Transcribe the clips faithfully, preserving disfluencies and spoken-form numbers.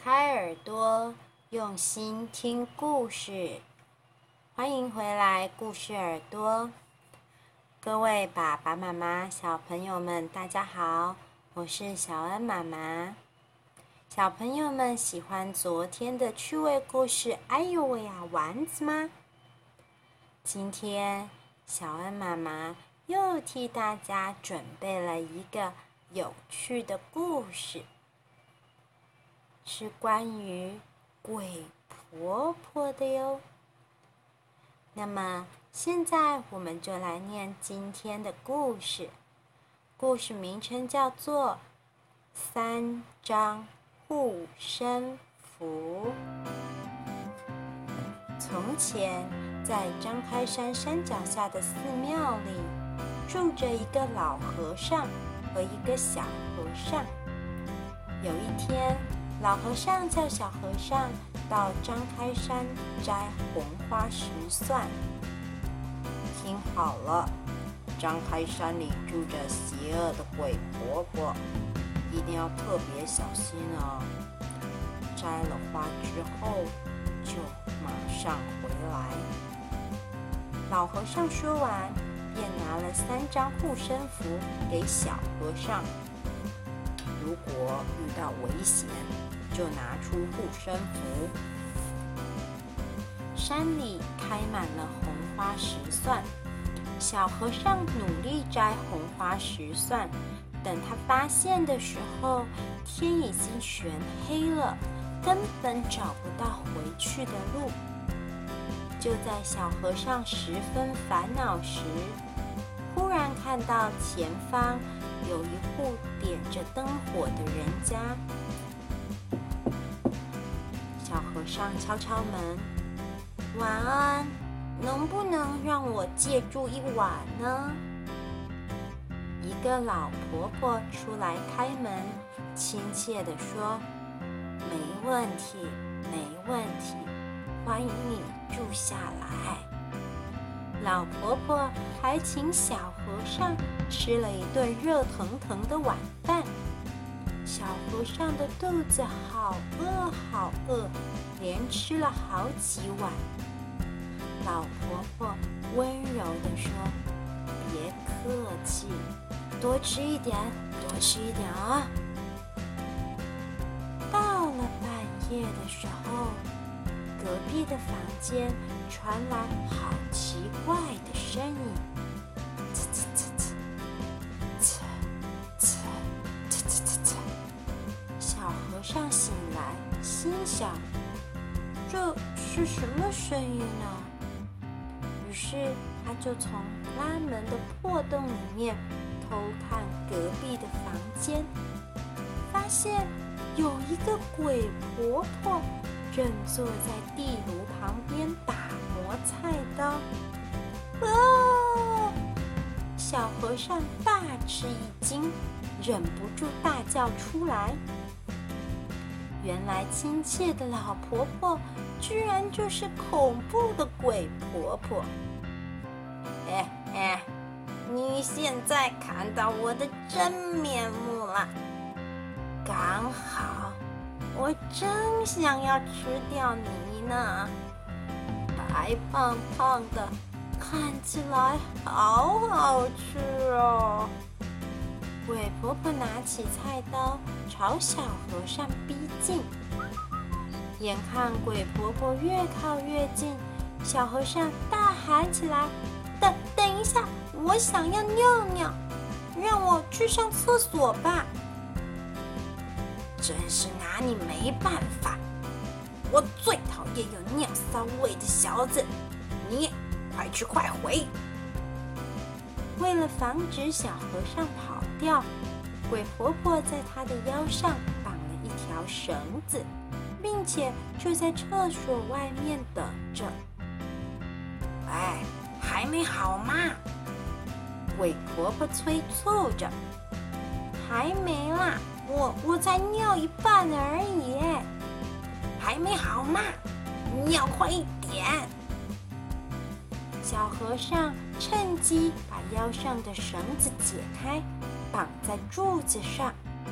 开耳朵，用心听故事。欢迎回来，故事耳朵。各位爸爸妈妈、小朋友们，大家好，我是小恩妈妈。小朋友们喜欢昨天的趣味故事哎呦喂呀丸子吗？今天小恩妈妈又替大家准备了一个有趣的故事，是关于鬼婆婆的哟。那么现在我们就来念今天的故事，故事名称叫做三张护身符。从前，在张开山山脚下的寺庙里，住着一个老和尚和一个小和尚。有一天，老和尚叫小和尚到张开山摘红花石蒜。听好了，张开山里住着邪恶的鬼婆婆，一定要特别小心哦。摘了花之后，就马上回来。老和尚说完，便拿了三张护身符给小和尚。如果遇到危险，就拿出护身符。山里开满了红花石蒜，小和尚努力摘红花石蒜，等他发现的时候，天已经全黑了，根本找不到回去的路。就在小和尚十分烦恼时，忽然看到前方有一户点着灯火的人家。小和尚敲敲门：“晚安，能不能让我借住一晚呢？”一个老婆婆出来开门，亲切地说：“没问题，没问题，欢迎你住下来。”老婆婆还请小和尚吃了一顿热腾腾的晚饭。小和尚的肚子好饿好饿，连吃了好几碗。老婆婆温柔地说：“别客气，多吃一点，多吃一点啊。”到了半夜的时候，隔壁的房间传来好奇怪的声音，呲呲呲呲，呲呲呲呲呲呲。小和尚醒来，心想：这是什么声音呢？于是他就从拉门的破洞里面偷看隔壁的房间，发现有一个鬼婆婆正坐在地炉旁边打磨菜刀。啊！小和尚大吃一惊，忍不住大叫出来。原来亲切的老婆婆居然就是恐怖的鬼婆婆。哎哎，你现在看到我的真面目了。刚好，我正想要吃掉你呢。白胖胖的，看起来好好吃哦。鬼婆婆拿起菜刀朝小和尚逼近，眼看鬼婆婆越靠越近，小和尚大喊起来：“等等一下，我想要尿尿，让我去上厕所吧！”真是拿你没办法，我最讨厌有尿骚味的小子，你快去快回！为了防止小和尚跑掉，鬼婆婆在他的腰上绑了一条绳子，并且就在厕所外面等着。哎，还没好吗？鬼婆婆催促着。还没啦，我我才尿一半而已。还没好吗？尿快一点！小和尚趁机把腰上的绳子解开，绑在柱子上。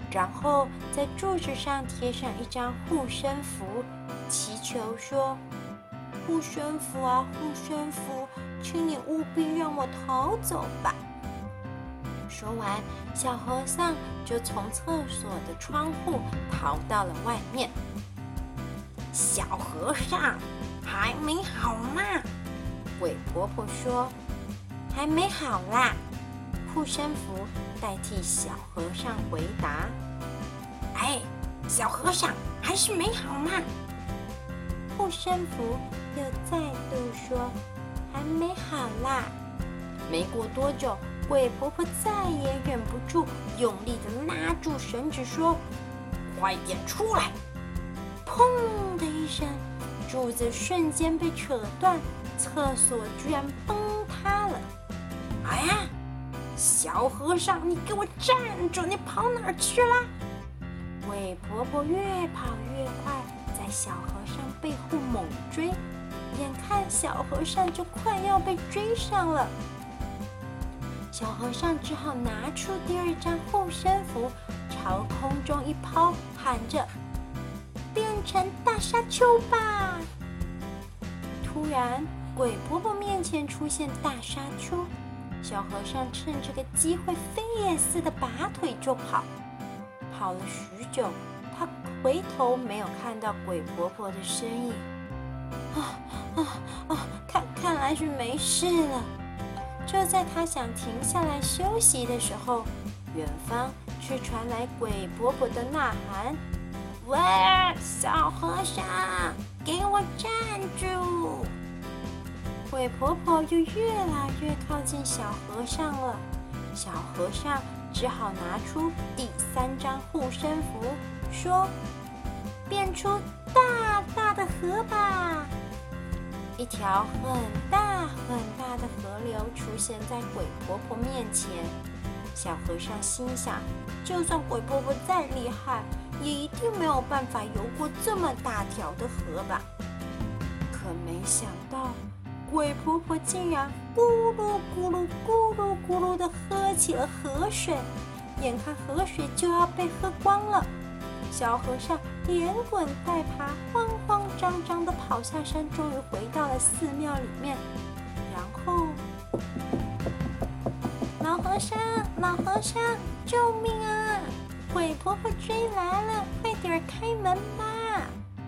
然后在柱子上贴上一张护身符，祈求说：“护身符啊，护身符，请你务必让我逃走吧。”说完，小和尚就从厕所的窗户逃到了外面。小和尚，还没好吗？鬼婆婆说：“还没好啦。”护身符代替小和尚回答：“哎，小和尚，还是没好吗？”护身符又再度说：“还没好啦。”没过多久，鬼婆婆再也忍不住，用力地拉住绳子说：“快点出来！”砰的一声，柱子瞬间被扯断，厕所居然崩塌了！哎呀，小和尚，你给我站住！你跑哪儿去啦？鬼婆婆越跑越快，在小和尚背后猛追，眼看小和尚就快要被追上了。小和尚只好拿出第二张护身符，朝空中一抛，喊着：“变成大沙丘吧！”突然，鬼婆婆面前出现大沙丘，小和尚趁这个机会飞也似的拔腿就跑。跑了许久，他回头没有看到鬼婆婆的身影。啊啊啊！看看来是没事了。就在他想停下来休息的时候，远方却传来鬼婆婆的呐喊：“喂，小和尚，给我站住！”鬼婆婆又越来越靠近小和尚了，小和尚只好拿出第三张护身符，说：“变出大大的河吧！”一条很大很大的河流出现在鬼婆婆面前。小和尚心想，就算鬼婆婆再厉害，也一定没有办法游过这么大条的河吧。可没想到，鬼婆婆竟然咕噜咕噜咕噜咕噜地喝起了河水，眼看河水就要被喝光了。小和尚连滚带爬，慌慌张张地跑下山，终于回到了寺庙里面。然后，老和尚，老和尚，救命啊！鬼婆婆追来了，快点开门吧！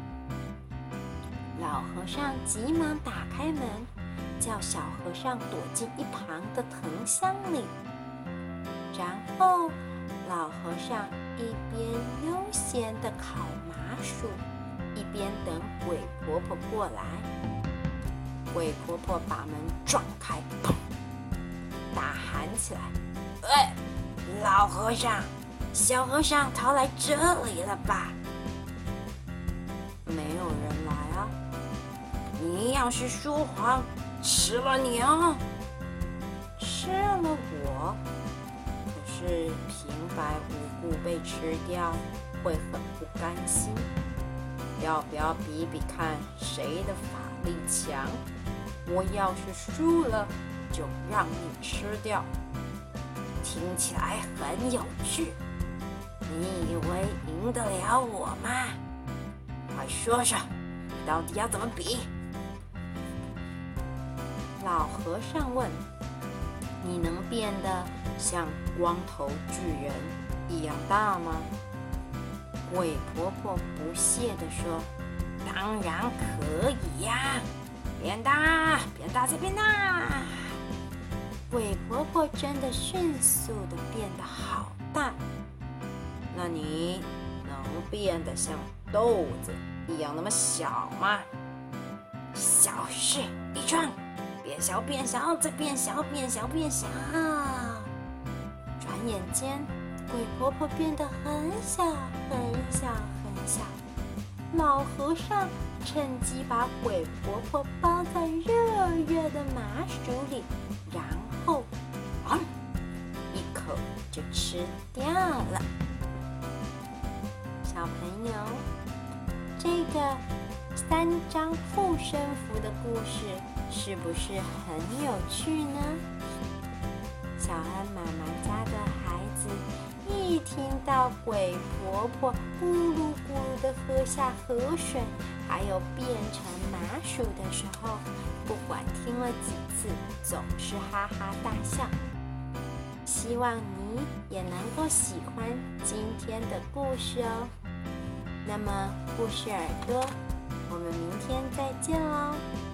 老和尚急忙打开门，叫小和尚躲进一旁的藤箱里。然后，老和尚一边悠闲地烤麻薯，一边等鬼婆婆过来。鬼婆婆把门撞开，砰！大喊起来：“哎，老和尚，小和尚逃来这里了吧？”没有人来啊！你要是说谎，吃了你哦！吃了我？可是平白无故被吃掉，会很不甘心。要不要比比看谁的法力强？我要是输了，就让你吃掉。听起来很有趣，你以为赢得了我吗？快说说，到底要怎么比？老和尚问：“你能变得像光头巨人一样大吗？”鬼婆婆不屑地说：“当然可以呀，变大，变大再变大。”鬼婆婆真的迅速地变得好大。那你能变得像豆子一样那么小吗？小事一桩，变小变小再变小，变小变小。转眼间，鬼婆婆变得很小很小很小。老和尚趁机把鬼婆婆包在热热的麻薯里，然后，啊，一口就吃掉了。小朋友，这个三张护身符的故事是不是很有趣呢？小安妈妈家的孩子一听到鬼婆婆咕噜咕噜地喝下河水，还有变成麻薯的时候，不管听了几次，总是哈哈大笑。希望你也能够喜欢今天的故事哦。那么，故事耳朵，我们明天再见喽。